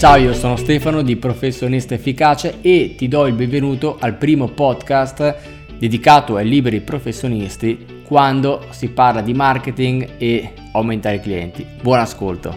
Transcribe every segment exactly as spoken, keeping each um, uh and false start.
Ciao, io sono Stefano di Professionista Efficace e ti do il benvenuto al primo podcast dedicato ai liberi professionisti quando si parla di marketing e aumentare i clienti. Buon ascolto!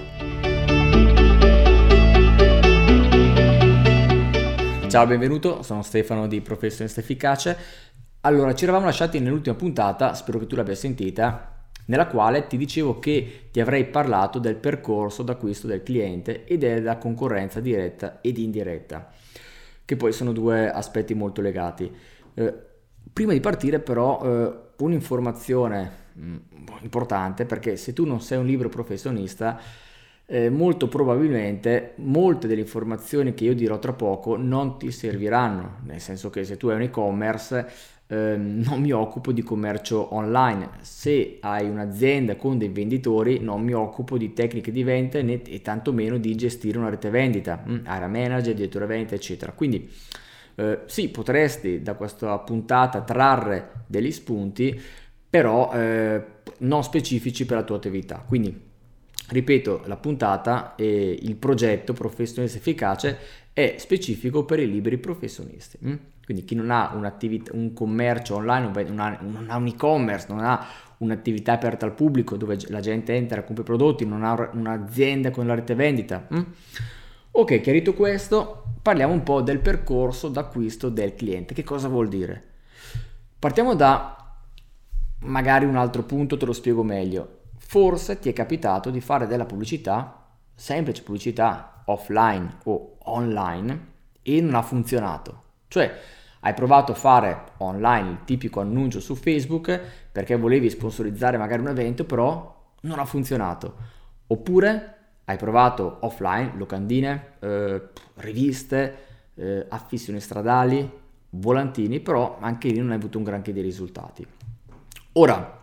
Ciao, benvenuto, sono Stefano di Professionista Efficace. Allora, ci eravamo lasciati nell'ultima puntata, spero che tu l'abbia sentita, nella quale ti dicevo che ti avrei parlato del percorso d'acquisto del cliente e della concorrenza diretta ed indiretta, che poi sono due aspetti molto legati. Eh, prima di partire però eh, un'informazione mh, importante, perché se tu non sei un libero professionista, eh, molto probabilmente molte delle informazioni che io dirò tra poco non ti serviranno, nel senso che se tu hai un e-commerce Eh, non mi occupo di commercio online, se hai un'azienda con dei venditori non mi occupo di tecniche di vendita né, e tantomeno di gestire una rete vendita, mm, area manager, direttore vendita eccetera. Quindi eh, sì, potresti da questa puntata trarre degli spunti, però eh, non specifici per la tua attività. Quindi ripeto, la puntata e il progetto Professionista Efficace è specifico per i liberi professionisti. Mm? Quindi chi non ha un'attività, un commercio online, non ha, non ha un e-commerce, non ha un'attività aperta al pubblico dove la gente entra e compra i prodotti, non ha un'azienda con la rete vendita. Mm? Ok, chiarito questo, parliamo un po' del percorso d'acquisto del cliente. Che cosa vuol dire? Partiamo da magari un altro punto, te lo spiego meglio. Forse ti è capitato di fare della pubblicità, semplice pubblicità offline o online, e non ha funzionato. Cioè hai provato a fare online il tipico annuncio su Facebook perché volevi sponsorizzare magari un evento, però non ha funzionato. Oppure hai provato offline, locandine, eh, riviste, eh, affissioni stradali, volantini, però anche lì non hai avuto un granché di risultati. Ora,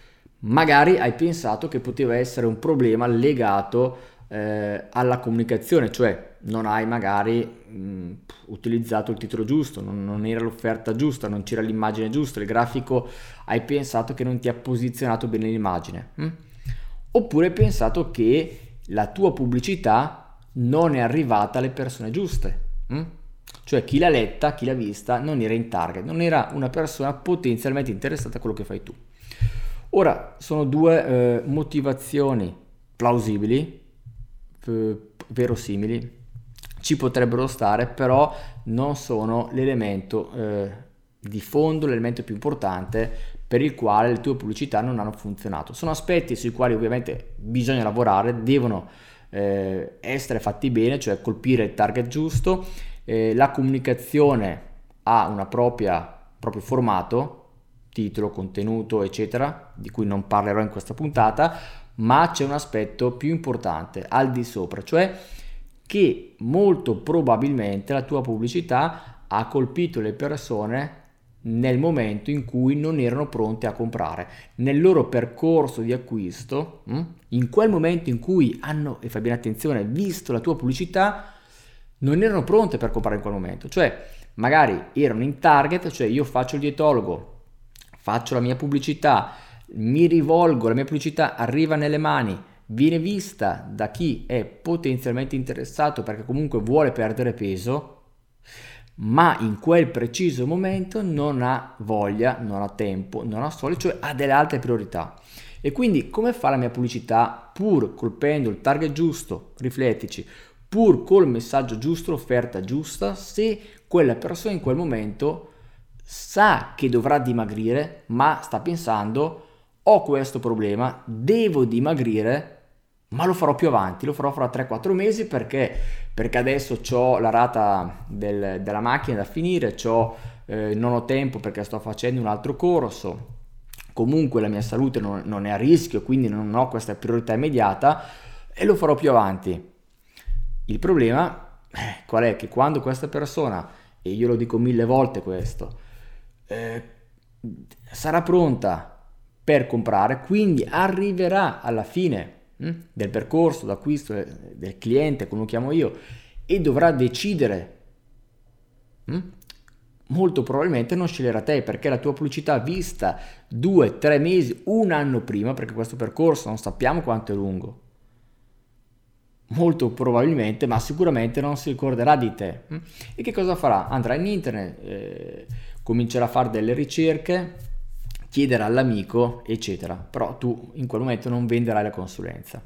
magari hai pensato che poteva essere un problema legato eh, alla comunicazione, cioè non hai magari mh, utilizzato il titolo giusto, non, non era l'offerta giusta, non c'era l'immagine giusta, il grafico, hai pensato che non ti ha posizionato bene l'immagine. Hm? Oppure hai pensato che la tua pubblicità non è arrivata alle persone giuste. Hm? Cioè chi l'ha letta, chi l'ha vista non era in target, non era una persona potenzialmente interessata a quello che fai tu. Ora, sono due eh, motivazioni plausibili, eh, verosimili, ci potrebbero stare, però non sono l'elemento eh, di fondo, l'elemento più importante per il quale le tue pubblicità non hanno funzionato. Sono aspetti sui quali ovviamente bisogna lavorare, devono eh, essere fatti bene, cioè colpire il target giusto, eh, la comunicazione ha una propria proprio formato, titolo, contenuto eccetera, di cui non parlerò in questa puntata, ma c'è un aspetto più importante al di sopra, cioè che molto probabilmente la tua pubblicità ha colpito le persone nel momento in cui non erano pronte a comprare, nel loro percorso di acquisto, in quel momento in cui hanno, e fai bene attenzione, visto la tua pubblicità, non erano pronte per comprare in quel momento, cioè magari erano in target, cioè io faccio il dietologo, faccio la mia pubblicità, mi rivolgo, la mia pubblicità arriva nelle mani, viene vista da chi è potenzialmente interessato perché comunque vuole perdere peso, ma in quel preciso momento non ha voglia, non ha tempo, non ha soldi, cioè ha delle altre priorità. E quindi come fa la mia pubblicità, pur colpendo il target giusto, riflettici, pur col messaggio giusto, l'offerta giusta, se quella persona in quel momento sa che dovrà dimagrire, ma sta pensando: ho questo problema, devo dimagrire, ma lo farò più avanti, lo farò fra tre quattro mesi perché, perché adesso ho la rata del, della macchina da finire, c'ho, eh, non ho tempo perché sto facendo un altro corso, comunque la mia salute non, non è a rischio, quindi non ho questa priorità immediata e lo farò più avanti. Il problema eh, qual è? Che quando questa persona, e io lo dico mille volte questo, eh, sarà pronta per comprare, quindi arriverà alla fine hm, del percorso d'acquisto del, del cliente, come lo chiamo io, e dovrà decidere, hm, molto probabilmente non sceglierà te, perché la tua pubblicità vista due, tre mesi, un anno prima, perché questo percorso non sappiamo quanto è lungo, molto probabilmente, ma sicuramente non si ricorderà di te. E che cosa farà? Andrà in internet, eh, comincerà a fare delle ricerche, chiederà all'amico, eccetera, però tu in quel momento non venderai la consulenza.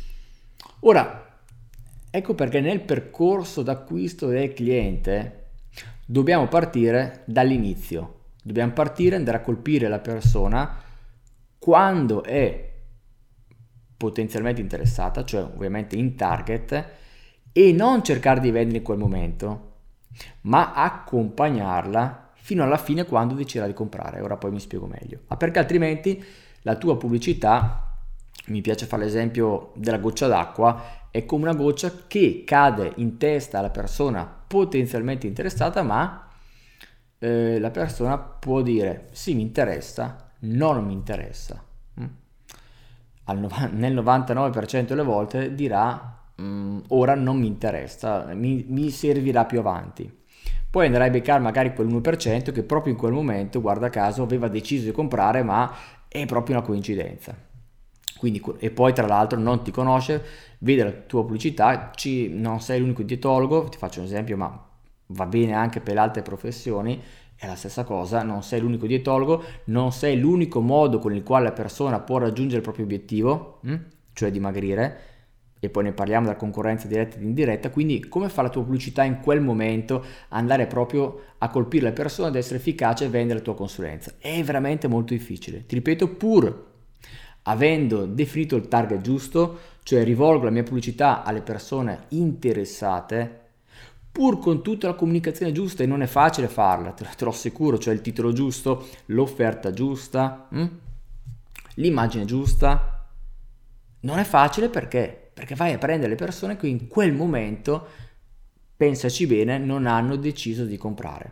Ora, ecco perché nel percorso d'acquisto del cliente dobbiamo partire dall'inizio, dobbiamo partire, andare a colpire la persona quando è potenzialmente interessata, cioè ovviamente in target, e non cercare di vendere in quel momento, ma accompagnarla fino alla fine quando deciderà di comprare. Ora poi mi spiego meglio. Ma perché altrimenti la tua pubblicità, mi piace fare l'esempio della goccia d'acqua, è come una goccia che cade in testa alla persona potenzialmente interessata, ma eh, la persona può dire sì, mi interessa, no, non mi interessa. Mm? Al nov- nel novantanove per cento delle volte dirà mm, ora non mi interessa, mi, mi servirà più avanti. Poi andrai a beccare magari quell'uno per cento che proprio in quel momento, guarda caso, aveva deciso di comprare, ma è proprio una coincidenza. Quindi, e poi tra l'altro non ti conosce, vede la tua pubblicità, ci, non sei l'unico dietologo, ti faccio un esempio, ma va bene anche per le altre professioni, è la stessa cosa, non sei l'unico dietologo, non sei l'unico modo con il quale la persona può raggiungere il proprio obiettivo, hm? cioè dimagrire, e poi ne parliamo della concorrenza diretta ed indiretta. Quindi come fa la tua pubblicità in quel momento andare proprio a colpire la persona, ad essere efficace e vendere la tua consulenza? È veramente molto difficile, ti ripeto, pur avendo definito il target giusto, cioè rivolgo la mia pubblicità alle persone interessate, pur con tutta la comunicazione giusta, e non è facile farla, te, te lo assicuro, cioè il titolo giusto, l'offerta giusta, hm? l'immagine giusta, non è facile perché? Perché vai a prendere le persone che in quel momento, pensaci bene, non hanno deciso di comprare.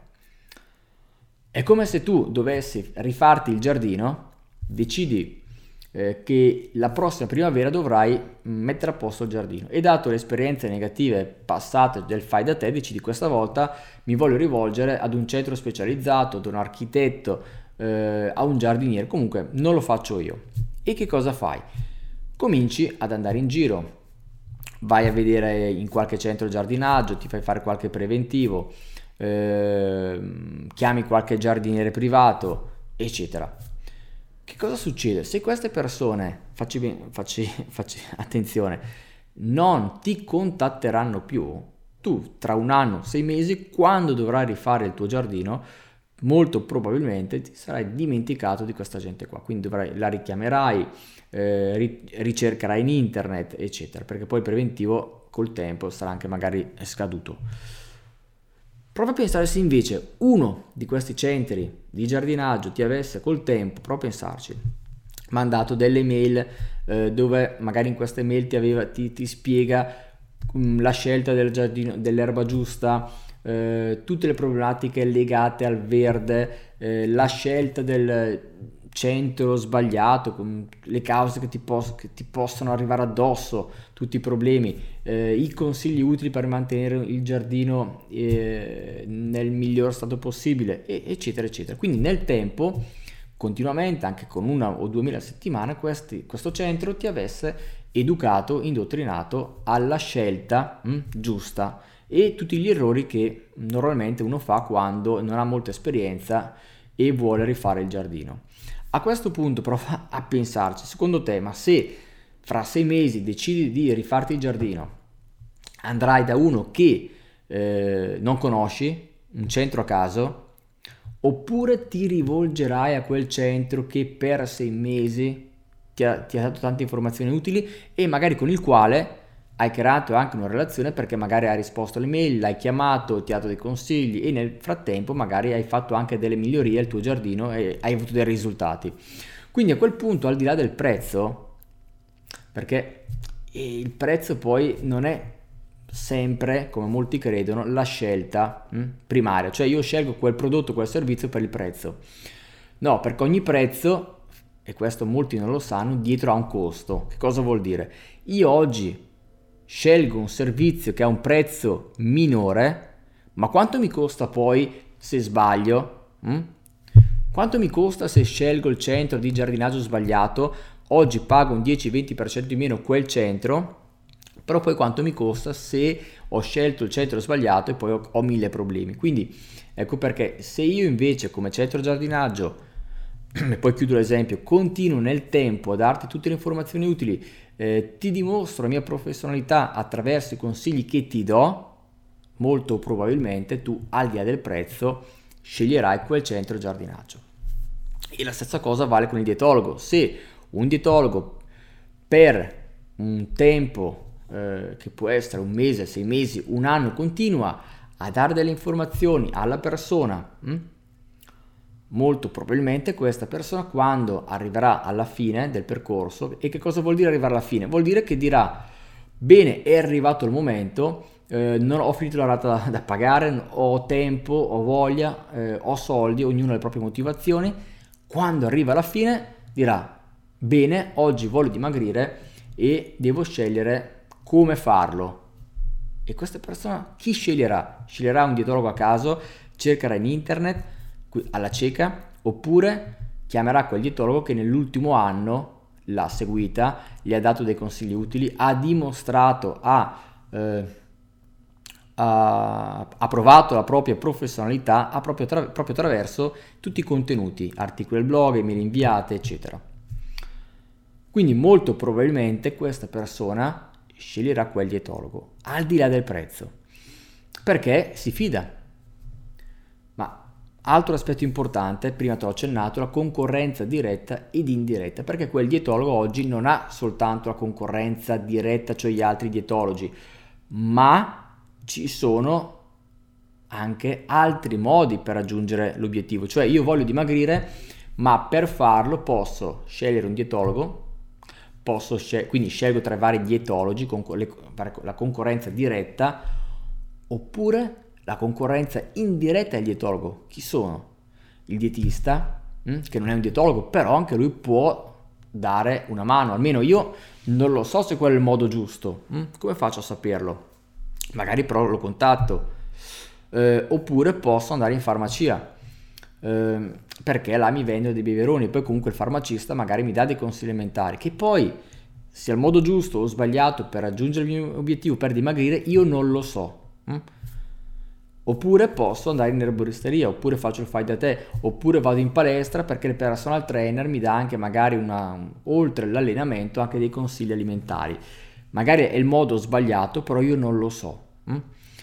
È come se tu dovessi rifarti il giardino, decidi eh, che la prossima primavera dovrai mettere a posto il giardino, e dato le esperienze negative passate del fai da te, decidi questa volta mi voglio rivolgere ad un centro specializzato, ad un architetto, eh, a un giardiniere, comunque non lo faccio io. E che cosa fai? Cominci ad andare in giro, vai a vedere in qualche centro giardinaggio, ti fai fare qualche preventivo, eh, chiami qualche giardiniere privato, eccetera. Che cosa succede? Se queste persone, facci, ben, facci, facci attenzione, non ti contatteranno più, tu tra un anno, sei mesi, quando dovrai rifare il tuo giardino, molto probabilmente ti sarai dimenticato di questa gente qua, quindi dovrai, la richiamerai, eh, ri, ricercherai in internet, eccetera, perché poi il preventivo col tempo sarà anche magari scaduto. Prova a pensare se invece uno di questi centri di giardinaggio ti avesse col tempo, prova a pensarci, mandato delle mail eh, dove magari in queste mail ti, aveva, ti, ti spiega um, la scelta del giardino, dell'erba giusta, eh, tutte le problematiche legate al verde, eh, la scelta del centro sbagliato, con le cause che ti, pos- che ti possono arrivare addosso, tutti i problemi, eh, i consigli utili per mantenere il giardino eh, nel miglior stato possibile, e- eccetera eccetera. Quindi nel tempo, continuamente, anche con una o due mail a settimana, questi, questo centro ti avesse educato, indottrinato alla scelta mh, giusta, e tutti gli errori che normalmente uno fa quando non ha molta esperienza e vuole rifare il giardino. A questo punto prova a pensarci, secondo te, ma se fra sei mesi decidi di rifarti il giardino, andrai da uno che eh, non conosci, un centro a caso, oppure ti rivolgerai a quel centro che per sei mesi ti ha, ti ha dato tante informazioni utili e magari con il quale hai creato anche una relazione, perché magari hai risposto alle mail, l'hai chiamato, ti ha dato dei consigli e nel frattempo magari hai fatto anche delle migliorie al tuo giardino e hai avuto dei risultati. Quindi a quel punto, al di là del prezzo, perché il prezzo poi non è sempre, come molti credono, la scelta mh, primaria, cioè io scelgo quel prodotto, quel servizio per il prezzo. No, perché ogni prezzo, e questo molti non lo sanno, dietro ha un costo. Che cosa vuol dire? Io oggi scelgo un servizio che ha un prezzo minore, ma quanto mi costa poi se sbaglio? Mm? Quanto mi costa se scelgo il centro di giardinaggio sbagliato? Oggi pago un dieci-venti per cento di meno quel centro, però poi quanto mi costa se ho scelto il centro sbagliato e poi ho, ho mille problemi. Quindi ecco perché se io invece come centro giardinaggio, e poi chiudo l'esempio, continuo nel tempo a darti tutte le informazioni utili, eh, ti dimostro la mia professionalità attraverso i consigli che ti do, molto probabilmente tu al di là del prezzo sceglierai quel centro giardinaggio. E la stessa cosa vale con il dietologo. Se un dietologo per un tempo eh, che può essere un mese, sei mesi, un anno continua a dare delle informazioni alla persona, hm? molto probabilmente questa persona quando arriverà alla fine del percorso, e che cosa vuol dire arrivare alla fine? Vuol dire che dirà bene, è arrivato il momento, eh, non ho finito la rata da, da pagare, ho tempo, ho voglia, eh, ho soldi, ognuno ha le proprie motivazioni. Quando arriva alla fine dirà bene, oggi voglio dimagrire e devo scegliere come farlo. E questa persona chi sceglierà? Sceglierà un dietologo a caso, cercherà in internet alla cieca, oppure chiamerà quel dietologo che nell'ultimo anno l'ha seguita, gli ha dato dei consigli utili, ha dimostrato, ha, eh, ha, ha provato la propria professionalità ha proprio, tra, proprio attraverso tutti i contenuti, articoli del blog, email inviate, eccetera. Quindi molto probabilmente questa persona sceglierà quel dietologo, al di là del prezzo, perché si fida. Ma altro aspetto importante, prima te l'ho accennato, la concorrenza diretta ed indiretta, perché quel dietologo oggi non ha soltanto la concorrenza diretta, cioè gli altri dietologi, ma ci sono anche altri modi per raggiungere l'obiettivo. Cioè io voglio dimagrire, ma per farlo posso scegliere un dietologo, posso scel- quindi scelgo tra i vari dietologi con le, la concorrenza diretta, oppure la concorrenza indiretta del dietologo. Chi sono? Il dietista, hm? che non è un dietologo, però anche lui può dare una mano. Almeno io non lo so se quello è il modo giusto. Hm? Come faccio a saperlo? Magari però lo contatto. Eh, oppure posso andare in farmacia, eh, perché là mi vendono dei beveroni. Poi comunque il farmacista magari mi dà dei consigli alimentari, che poi sia il modo giusto o sbagliato per raggiungere il mio obiettivo, per dimagrire, io non lo so. Hm? Oppure posso andare in erboristeria, oppure faccio il fai da te, oppure vado in palestra, perché il personal trainer mi dà anche magari una, oltre l'allenamento anche dei consigli alimentari. Magari è il modo sbagliato, però io non lo so. Hm?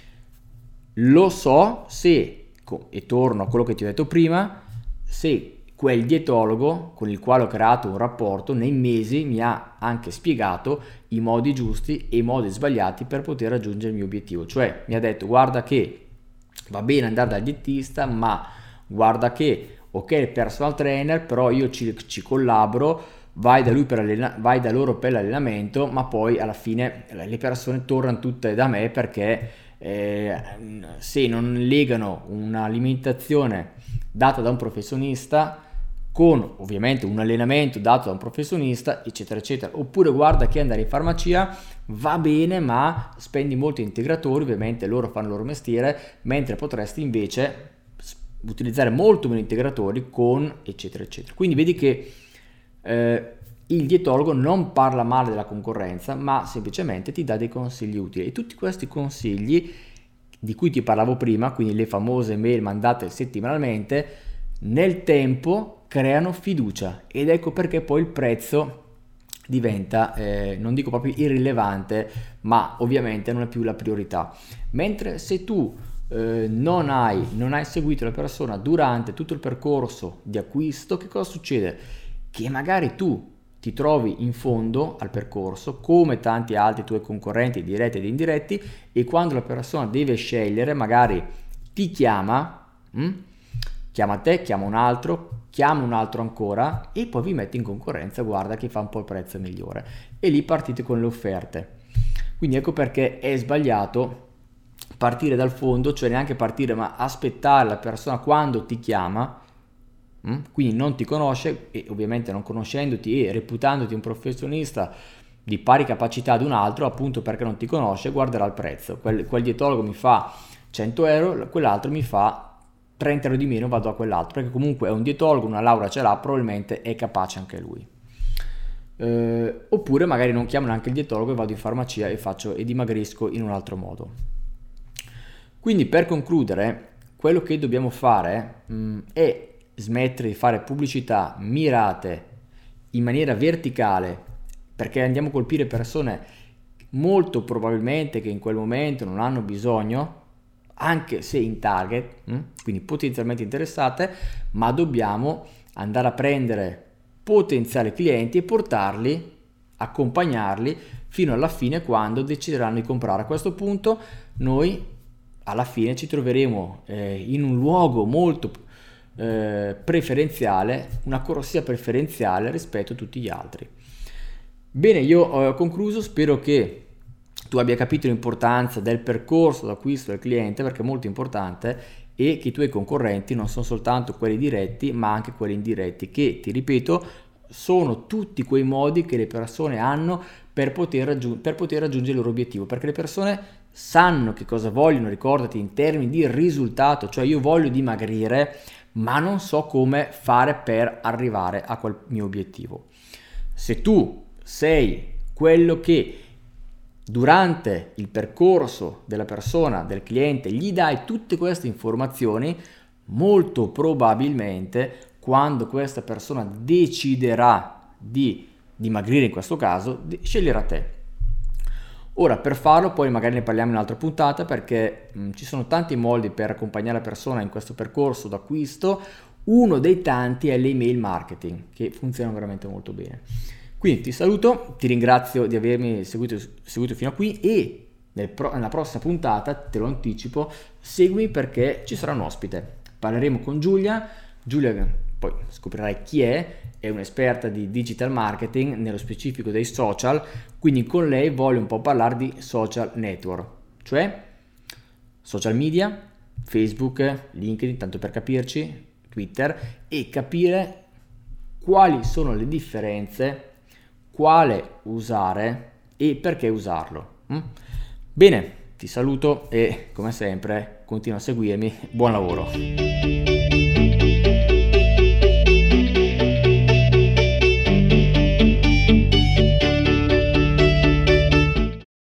Lo so se, e torno a quello che ti ho detto prima, se quel dietologo con il quale ho creato un rapporto nei mesi mi ha anche spiegato i modi giusti e i modi sbagliati per poter raggiungere il mio obiettivo. Cioè mi ha detto guarda che va bene andare dal dietista, ma guarda che ok il personal trainer, però io ci, ci collaboro, vai da lui per allena- vai da loro per l'allenamento, ma poi alla fine le persone tornano tutte da me perché eh, se non legano un'alimentazione data da un professionista con ovviamente un allenamento dato da un professionista, eccetera eccetera. Oppure guarda che andare in farmacia va bene, ma spendi molti integratori, ovviamente loro fanno il loro mestiere, mentre potresti invece utilizzare molto meno integratori con eccetera eccetera. Quindi vedi che eh, il dietologo non parla male della concorrenza, ma semplicemente ti dà dei consigli utili, e tutti questi consigli di cui ti parlavo prima, quindi le famose mail mandate settimanalmente, nel tempo creano fiducia, ed ecco perché poi il prezzo diventa, eh, non dico proprio irrilevante, ma ovviamente non è più la priorità. Mentre se tu eh, non hai, non hai seguito la persona durante tutto il percorso di acquisto, che cosa succede? Che magari tu ti trovi in fondo al percorso come tanti altri tuoi concorrenti diretti ed indiretti, e quando la persona deve scegliere magari ti chiama, hm? chiama te, chiama un altro, chiama un altro ancora, e poi vi metti in concorrenza, guarda che fa un po' il prezzo migliore, e lì partite con le offerte. Quindi ecco perché è sbagliato partire dal fondo, cioè neanche partire, ma aspettare la persona quando ti chiama, quindi non ti conosce, e ovviamente non conoscendoti e reputandoti un professionista di pari capacità ad un altro, appunto perché non ti conosce, guarderà il prezzo. Quel, quel dietologo mi fa cento euro, quell'altro mi fa trenta euro di meno, vado a quell'altro, perché comunque è un dietologo, una laurea ce l'ha, probabilmente è capace anche lui. eh, oppure magari non chiamo neanche il dietologo e vado in farmacia e faccio e dimagrisco in un altro modo. Quindi per concludere, quello che dobbiamo fare mh, è smettere di fare pubblicità mirate in maniera verticale, perché andiamo a colpire persone molto probabilmente che in quel momento non hanno bisogno, anche se in target, mh, quindi potenzialmente interessate, ma dobbiamo andare a prendere potenziali clienti e portarli, accompagnarli fino alla fine quando decideranno di comprare. A questo punto noi alla fine ci troveremo eh, in un luogo molto eh, preferenziale, una corsia preferenziale rispetto a tutti gli altri. Bene, io ho concluso, spero che tu abbia capito l'importanza del percorso d'acquisto del cliente, perché è molto importante, e che i tuoi concorrenti non sono soltanto quelli diretti ma anche quelli indiretti, che ti ripeto sono tutti quei modi che le persone hanno per poter, raggiung- per poter raggiungere il loro obiettivo, perché le persone sanno che cosa vogliono, ricordati, in termini di risultato, cioè io voglio dimagrire ma non so come fare per arrivare a quel mio obiettivo. Se tu sei quello che durante il percorso della persona, del cliente, gli dai tutte queste informazioni, molto probabilmente quando questa persona deciderà di dimagrire, in questo caso, sceglierà te. Ora, per farlo poi magari ne parliamo in un'altra puntata, perché mh, ci sono tanti modi per accompagnare la persona in questo percorso d'acquisto. Uno dei tanti è l'email marketing, che funziona veramente molto bene. Quindi ti saluto, ti ringrazio di avermi seguito, seguito fino a qui, e nel pro, nella prossima puntata, te lo anticipo, seguimi perché ci sarà un ospite. Parleremo con Giulia. Giulia, poi scoprirai chi è, è un'esperta di digital marketing, nello specifico dei social, quindi con lei voglio un po' parlare di social network, cioè social media, Facebook, LinkedIn, tanto per capirci, Twitter, e capire quali sono le differenze, quale usare e perché usarlo. Bene, ti saluto e come sempre continua a seguirmi, buon lavoro.